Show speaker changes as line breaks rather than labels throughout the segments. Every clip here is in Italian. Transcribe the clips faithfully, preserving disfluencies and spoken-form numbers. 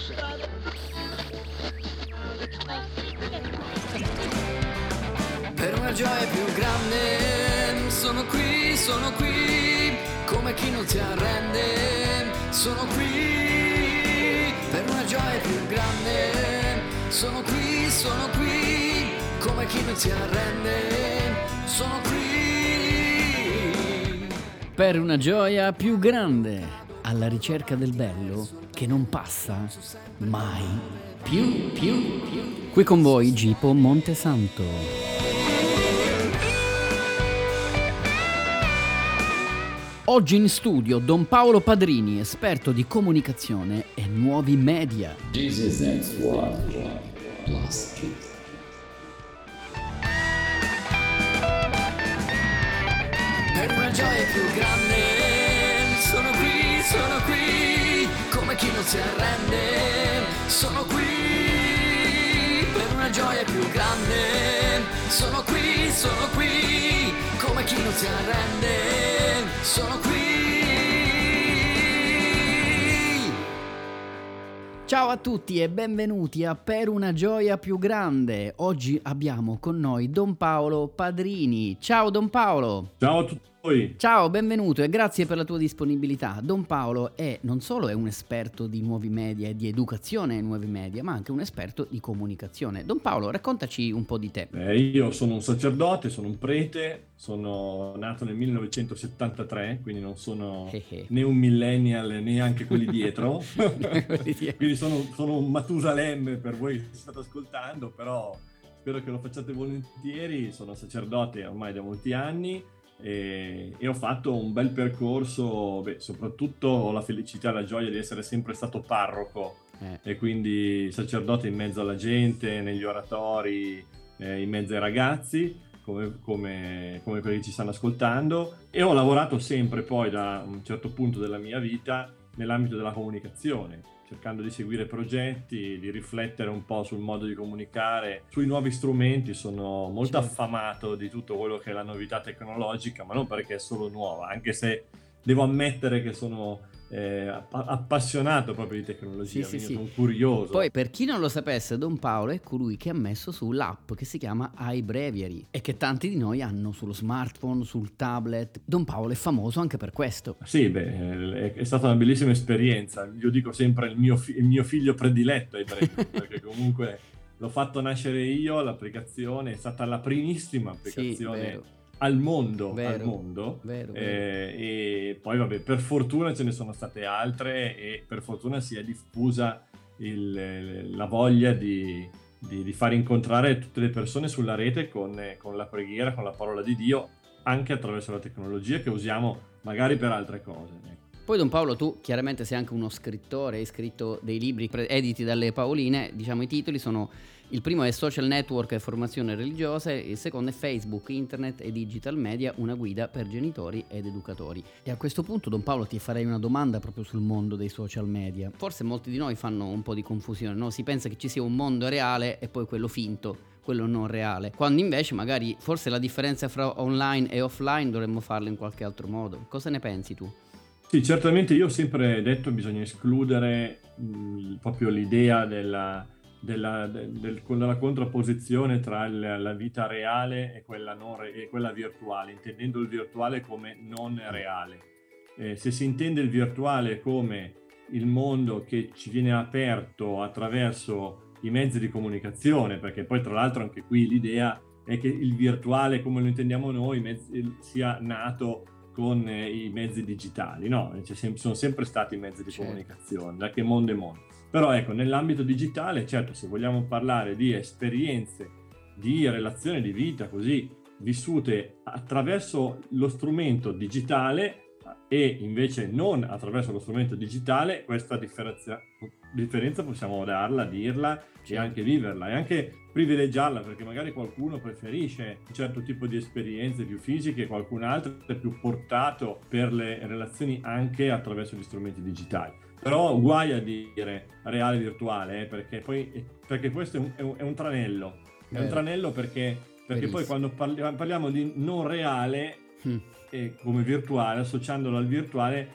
Per una gioia più grande, sono qui, sono qui, come chi non si arrende, sono qui. Per una gioia più grande, sono qui, sono qui, come chi non si arrende, sono qui.
Per una gioia più grande, alla ricerca del bello che non passa mai più, più, più. Qui con voi Gipo Montesanto. Oggi in studio Don Paolo Padrini, esperto di comunicazione e nuovi media.
This is next one, one plus two.
Per una gioia più grande, sono qui, sono qui, come chi non si arrende, sono qui. Per una gioia più grande, sono qui, sono qui, come chi non si arrende, sono qui.
Ciao a tutti e benvenuti a Per una gioia più grande. Oggi abbiamo con noi Don Paolo Padrini. Ciao Don Paolo.
Ciao a tutti voi.
Ciao, benvenuto e grazie per la tua disponibilità. Don Paolo è non solo è un esperto di nuovi media e di educazione ai nuovi media, ma anche un esperto di comunicazione. Don Paolo, raccontaci un po' di te.
Eh, io sono un sacerdote, sono un prete, sono nato nel millenovecentosettantatré, quindi non sono
Eh eh.
né un millennial né anche quelli dietro.
Quelli dietro.
Quindi sono, sono un Matusalemme per voi che state ascoltando, però spero che lo facciate volentieri. Sono sacerdote ormai da molti anni. E, e ho fatto un bel percorso, beh, soprattutto ho la felicità e la gioia di essere sempre stato parroco
Eh.
e quindi sacerdote in mezzo alla gente, negli oratori, eh, in mezzo ai ragazzi, come, come, come quelli che ci stanno ascoltando, e ho lavorato sempre poi da un certo punto della mia vita nell'ambito della comunicazione, cercando di seguire progetti, di riflettere un po' sul modo di comunicare, sui nuovi strumenti. Sono molto
Certo.
affamato di tutto quello che è la novità tecnologica, ma non perché è solo nuova, anche se devo ammettere che sono eh, app- appassionato proprio di tecnologia,
Sì, sì,
quindi
sì.
sono curioso.
Poi, per chi non lo sapesse, Don Paolo è colui che ha messo su l'app che si chiama iBreviary e che tanti di noi hanno sullo smartphone, sul tablet. Don Paolo è famoso anche per questo.
Sì, beh, è, è stata una bellissima esperienza. Io dico sempre il mio, fi- il mio figlio prediletto ai brevi, perché comunque l'ho fatto nascere io, l'applicazione è stata la primissima applicazione
Sì, vero.
al mondo,
Vero,
al mondo.
vero, vero.
Eh, e poi vabbè, per fortuna ce ne sono state altre e per fortuna si è diffusa il- la voglia di, di- di far incontrare tutte le persone sulla rete con, con la preghiera, con la parola di Dio, anche attraverso la tecnologia che usiamo magari per altre cose. ecco.
Poi Don Paolo, tu chiaramente sei anche uno scrittore, hai scritto dei libri pre- editi dalle Paoline. Diciamo i titoli sono: il primo è Social Network e formazione religiosa, il secondo è Facebook, Internet e Digital Media, una guida per genitori ed educatori. E a questo punto, Don Paolo, ti farei una domanda proprio sul mondo dei social media. Forse molti di noi fanno un po' di confusione, no? Si pensa che ci sia un mondo reale e poi quello finto, quello non reale, quando invece magari forse la differenza fra online e offline dovremmo farla in qualche altro modo. Cosa ne pensi tu?
Sì, certamente io ho sempre detto che bisogna escludere mh, proprio l'idea della, della, del- del- della contrapposizione tra il- la vita reale e quella, non re- e quella virtuale, intendendo il virtuale come non reale. Eh, se si intende il virtuale come il mondo che ci viene aperto attraverso i mezzi di comunicazione, perché poi tra l'altro anche qui l'idea è che il virtuale come lo intendiamo noi mezzi- sia nato con eh, i mezzi digitali, no? C'è sem- sono sempre stati i mezzi di
Certo.
comunicazione, da che mondo è mondo. Però ecco, nell'ambito digitale, certo, se vogliamo parlare di esperienze, di relazioni di vita così vissute attraverso lo strumento digitale e invece non attraverso lo strumento digitale, questa differenza, differenza possiamo darla, dirla e
Certo.
anche viverla e anche privilegiarla, perché magari qualcuno preferisce un certo tipo di esperienze più fisiche, qualcun altro è più portato per le relazioni anche attraverso gli strumenti digitali. Però guai a dire reale e virtuale, eh, perché poi perché questo è un, è un, è un tranello. È
Vero.
un tranello perché, perché poi
Verissimo.
quando parli- parliamo di non reale
Mm.
e come virtuale, associandolo al virtuale,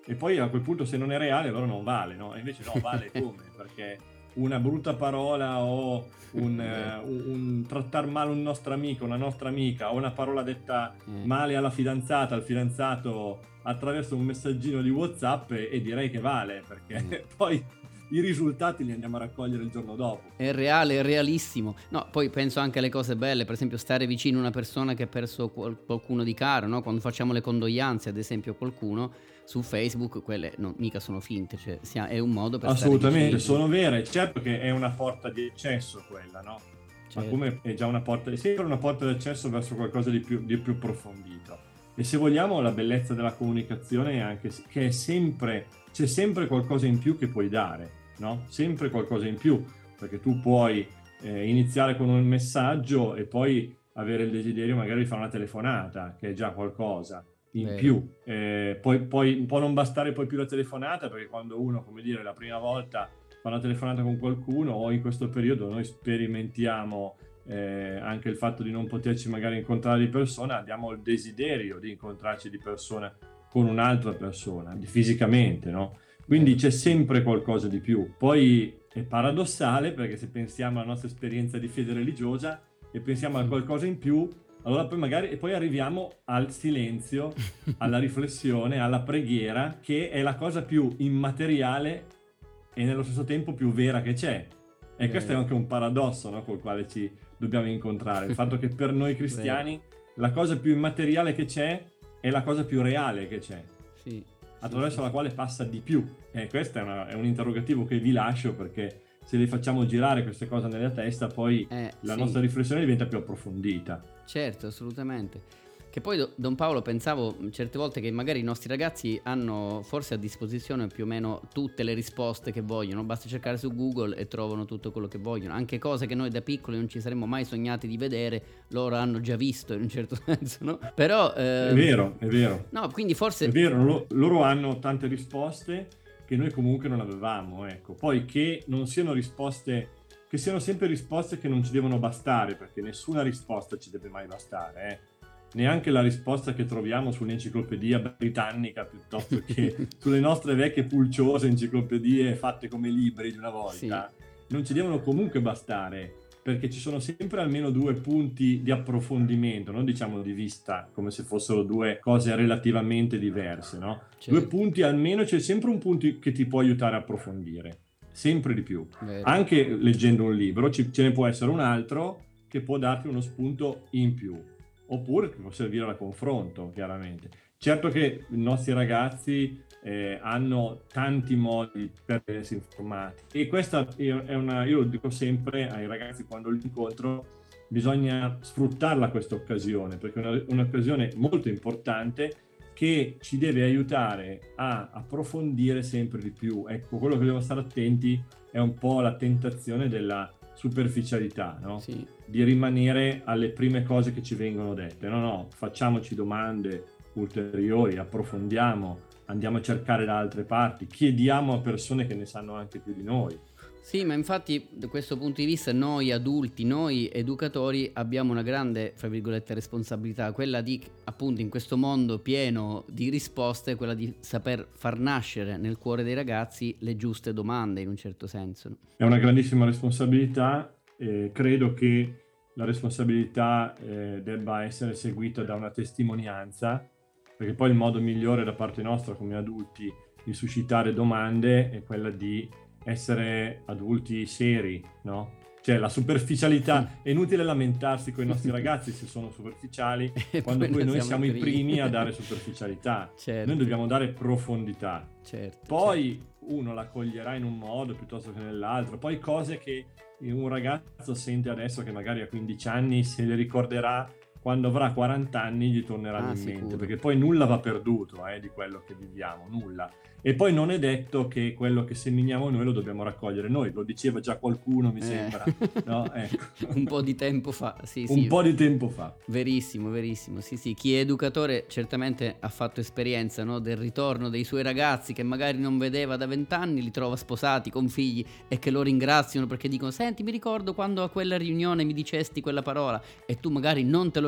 e poi a quel punto se non è reale allora non vale, no? E invece no, vale come? Perché una brutta parola o un, uh, un, un trattar male un nostro amico, una nostra amica, o una parola detta mm. male alla fidanzata, al fidanzato attraverso un messaggino di WhatsApp, e, e direi che vale, perché mm. poi i risultati li andiamo a raccogliere il giorno dopo.
È reale, è realissimo. No, poi penso anche alle cose belle, per esempio stare vicino a una persona che ha perso qual- qualcuno di caro, no? Quando facciamo le condoglianze, ad esempio, a qualcuno su Facebook, quelle non mica sono finte, cioè sia, è un modo per
assolutamente, sono vere. Certo che è una porta di accesso quella, no? Certo. Ma come è già una porta, è sempre una porta di accesso verso qualcosa di più, di più approfondito. E se vogliamo, la bellezza della comunicazione è anche che è sempre, c'è sempre qualcosa in più che puoi dare, no? Sempre qualcosa in più, perché tu puoi eh, iniziare con un messaggio e poi avere il desiderio magari di fare una telefonata, che è già qualcosa in Vero. più. Eh, poi, poi può non bastare poi più la telefonata, perché quando uno, come dire, la prima volta fa una telefonata con qualcuno, o in questo periodo noi sperimentiamo eh, anche il fatto di non poterci magari incontrare di persona, abbiamo il desiderio di incontrarci di persona con un'altra persona, di fisicamente, no? Quindi c'è sempre qualcosa di più. Poi è paradossale, perché se pensiamo alla nostra esperienza di fede religiosa e pensiamo a qualcosa in più, allora poi magari e poi arriviamo al silenzio, alla riflessione, alla preghiera, che è la cosa più immateriale e nello stesso tempo più vera che c'è. E eh. questo è anche un paradosso, no? Col quale ci dobbiamo incontrare. Il fatto che per noi cristiani la cosa più immateriale che c'è è la cosa più reale che c'è. Sì. Attraverso la quale passa di più. E questo è, una, è un interrogativo che vi lascio, perché se le facciamo girare queste cose nella testa, poi eh, la sì. nostra riflessione diventa più approfondita.
Certo, assolutamente. Che poi, Don Paolo, pensavo certe volte che magari i nostri ragazzi hanno forse a disposizione più o meno tutte le risposte che vogliono, basta cercare su Google e trovano tutto quello che vogliono, anche cose che noi da piccoli non ci saremmo mai sognati di vedere, loro hanno già visto in un certo senso, no? Però ehm...
è vero, è vero.
No, quindi forse
è vero, lo, loro hanno tante risposte che noi comunque non avevamo, ecco. Poi che non siano risposte, che siano sempre risposte che non ci devono bastare, perché nessuna risposta ci deve mai bastare, eh. Neanche la risposta che troviamo sull'enciclopedia britannica, piuttosto che sulle nostre vecchie pulciose enciclopedie fatte come libri di una volta, sì. non ci devono comunque bastare, perché ci sono sempre almeno due punti di approfondimento, non diciamo di vista, come se fossero due cose relativamente diverse, no? Certo. Due punti almeno, c'è sempre un punto che ti può aiutare a approfondire, sempre di più. Vero. Anche leggendo un libro ce ne può essere un altro che può darti uno spunto in più. Oppure può servire al confronto, chiaramente. Certo che i nostri ragazzi eh, hanno tanti modi per essere informati, e questa è una, io lo dico sempre ai ragazzi quando li incontro, bisogna sfruttarla questa occasione, perché è una, un'occasione molto importante che ci deve aiutare a approfondire sempre di più. Ecco, quello che dobbiamo stare attenti è un po' la tentazione della superficialità, no? Sì. Di rimanere alle prime cose che ci vengono dette. No, no, facciamoci domande ulteriori, approfondiamo, andiamo a cercare da altre parti, chiediamo a persone che ne sanno anche più di noi.
Sì, ma infatti da questo punto di vista noi adulti, noi educatori abbiamo una grande, fra virgolette, responsabilità, quella di, appunto, in questo mondo pieno di risposte, quella di saper far nascere nel cuore dei ragazzi le giuste domande, in un certo senso.
È una grandissima responsabilità, eh, credo che la responsabilità eh, debba essere seguita da una testimonianza, perché poi il modo migliore da parte nostra come adulti di suscitare domande è quella di essere adulti seri, no? Cioè la superficialità, è inutile lamentarsi con i nostri ragazzi se sono superficiali, quando poi, poi noi siamo i primi a dare superficialità. Certo. Noi dobbiamo dare profondità. Certo, poi certo. Uno la coglierà in un modo piuttosto che nell'altro, poi cose che un ragazzo sente adesso che magari a quindici anni se le ricorderà quando avrà quaranta anni, gli torneranno ah, in mente, sicuro. Perché poi nulla va perduto eh, di quello che viviamo, nulla. E poi non è detto che quello che seminiamo noi lo dobbiamo raccogliere noi, lo diceva già qualcuno, mi eh. sembra, no? Ecco.
Un po' di tempo fa, sì,
Un
sì.
po' di tempo fa.
Verissimo, verissimo, sì, sì. Chi è educatore certamente ha fatto esperienza, no? Del ritorno dei suoi ragazzi che magari non vedeva da vent'anni, li trova sposati con figli e che lo ringraziano perché dicono: senti, mi ricordo quando a quella riunione mi dicesti quella parola, e tu magari non te lo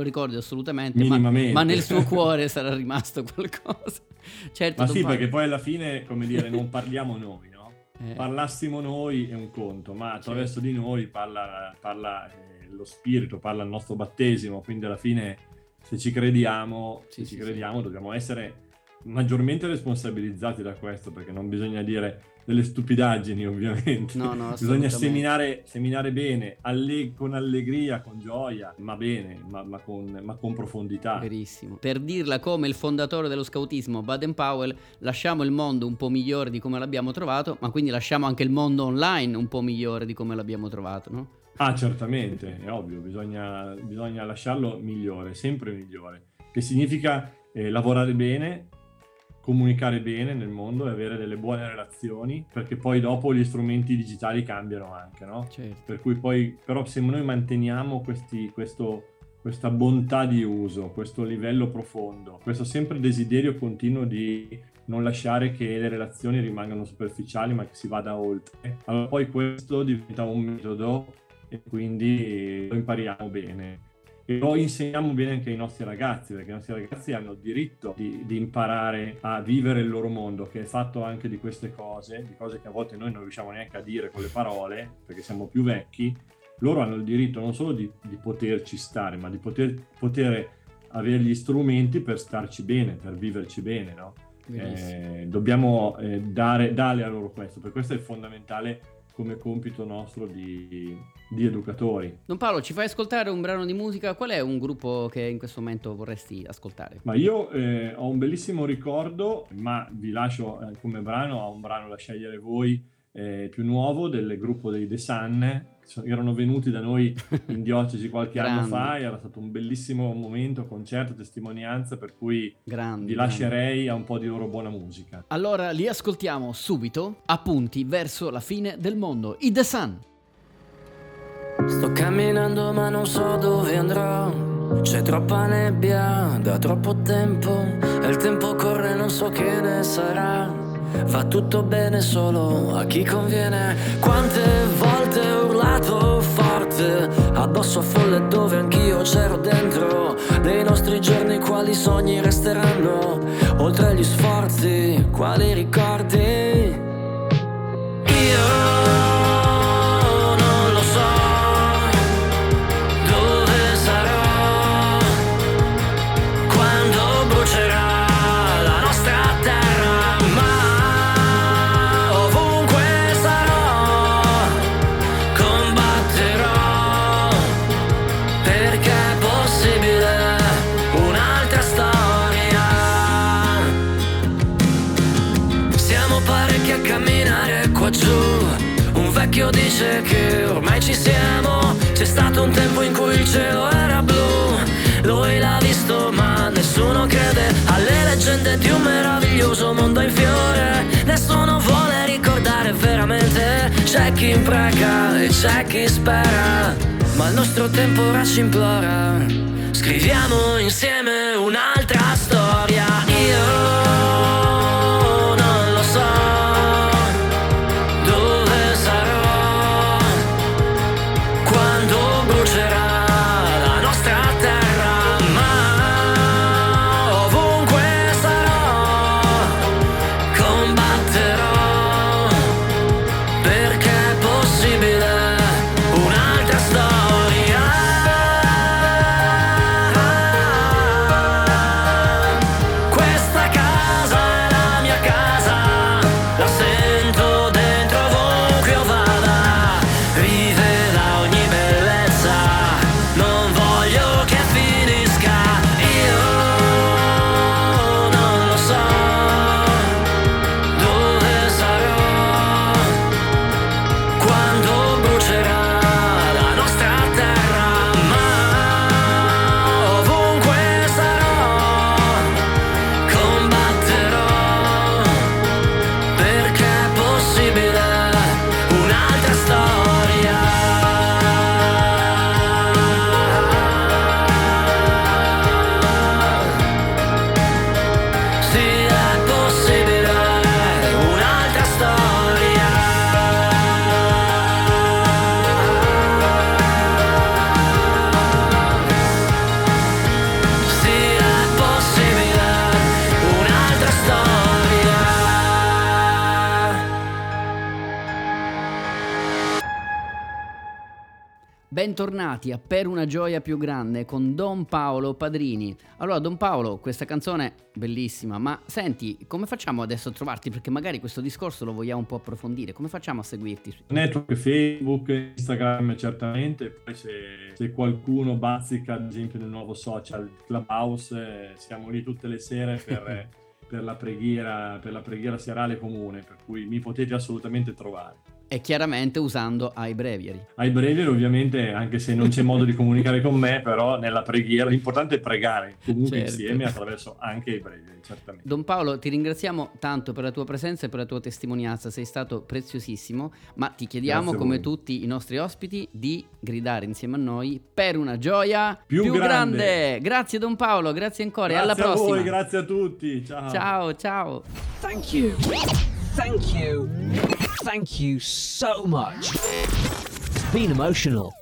ricordi assolutamente, ma,
Minimamente.
ma nel suo cuore sarà rimasto qualcosa. Certo,
Ma
Don
sì,
Paolo.
perché poi alla fine, come dire, non parliamo noi, no?
Eh.
Parlassimo noi è un conto, ma attraverso di noi parla, parla eh, lo spirito, parla il nostro battesimo, quindi alla fine se ci crediamo,
Sì,
se ci
sì,
crediamo dobbiamo essere maggiormente responsabilizzati da questo, perché non bisogna dire delle stupidaggini, ovviamente.
No, no,
Bisogna
assolutamente.
seminare, seminare bene, alle- con allegria, con gioia, ma bene, ma, ma con, ma con profondità.
Verissimo. Per dirla come il fondatore dello scautismo, Baden-Powell, lasciamo il mondo un po' migliore di come l'abbiamo trovato, ma quindi lasciamo anche il mondo online un po' migliore di come l'abbiamo trovato, no?
Ah, certamente, è ovvio, bisogna, bisogna lasciarlo migliore, sempre migliore, che significa eh, lavorare bene, comunicare bene nel mondo e avere delle buone relazioni, perché poi dopo gli strumenti digitali cambiano anche, no?
Certo.
Per cui poi, però se noi manteniamo questi, questo, questa bontà di uso, questo livello profondo, questo sempre desiderio continuo di non lasciare che le relazioni rimangano superficiali, ma che si vada oltre, allora poi questo diventa un metodo e quindi lo impariamo bene. E lo insegniamo bene anche ai nostri ragazzi, perché i nostri ragazzi hanno il diritto di, di imparare a vivere il loro mondo, che è fatto anche di queste cose, di cose che a volte noi non riusciamo neanche a dire con le parole, perché siamo più vecchi. Loro hanno il diritto non solo di, di poterci stare, ma di poter, poter avere gli strumenti per starci bene, per viverci bene, no? Eh, dobbiamo eh, dare, dare a loro questo, per questo è fondamentale come compito nostro di, di educatori.
Don Paolo, ci fai ascoltare un brano di musica? Qual è un gruppo che in questo momento vorresti ascoltare?
Ma io eh, ho un bellissimo ricordo, ma vi lascio eh, come brano, ho un brano da scegliere voi, eh, più nuovo, del gruppo dei The Sun. Erano venuti da noi in diocesi qualche anno fa, era stato un bellissimo momento, concerto, testimonianza, per cui
grandi,
vi lascerei grandi. A un po' di loro buona musica.
Allora li ascoltiamo subito, appunti verso la fine del mondo, i The Sun.
Sto camminando ma non so dove andrò, c'è troppa nebbia da troppo tempo e il tempo corre, non so che ne sarà. Va tutto bene solo a chi conviene. Quante volte ho urlato forte addosso a folle dove anch'io c'ero dentro. Dei nostri giorni quali sogni resteranno, oltre agli sforzi quali ricordi. Io non lo so dove sarò quando brucerà la nostra terra, ma un vecchio dice che ormai ci siamo. C'è stato un tempo in cui il cielo era blu, lui l'ha visto ma nessuno crede alle leggende di un meraviglioso mondo in fiore. Nessuno vuole ricordare veramente, c'è chi impreca e c'è chi spera, ma il nostro tempo ora ci implora. Scriviamo insieme un'altra storia. Io questa casa
Bentornati a Per una gioia più grande con Don Paolo Padrini. Allora Don Paolo, questa canzone bellissima, ma senti, come facciamo adesso a trovarti? Perché magari questo discorso lo vogliamo un po' approfondire, come facciamo a seguirti?
Network, Facebook, Instagram certamente, poi se, se qualcuno bazzica ad esempio nel nuovo social Clubhouse, eh, siamo lì tutte le sere per, per, la preghiera, per la preghiera serale comune, per cui mi potete assolutamente trovare.
E chiaramente usando ai breviari.
Ai breviari ovviamente, anche se non c'è modo di comunicare con me, però nella preghiera l'importante è pregare comunque certo. insieme attraverso anche i breviari, certamente.
Don Paolo, ti ringraziamo tanto per la tua presenza e per la tua testimonianza, sei stato preziosissimo, ma ti chiediamo come tutti i nostri ospiti di gridare insieme a noi per una gioia
più,
più
grande.
grande. Grazie Don Paolo, grazie ancora
grazie
e alla prossima.
Grazie a voi, grazie a tutti, ciao.
Ciao, ciao.
Thank you. Thank you. Thank you so much. It's been emotional.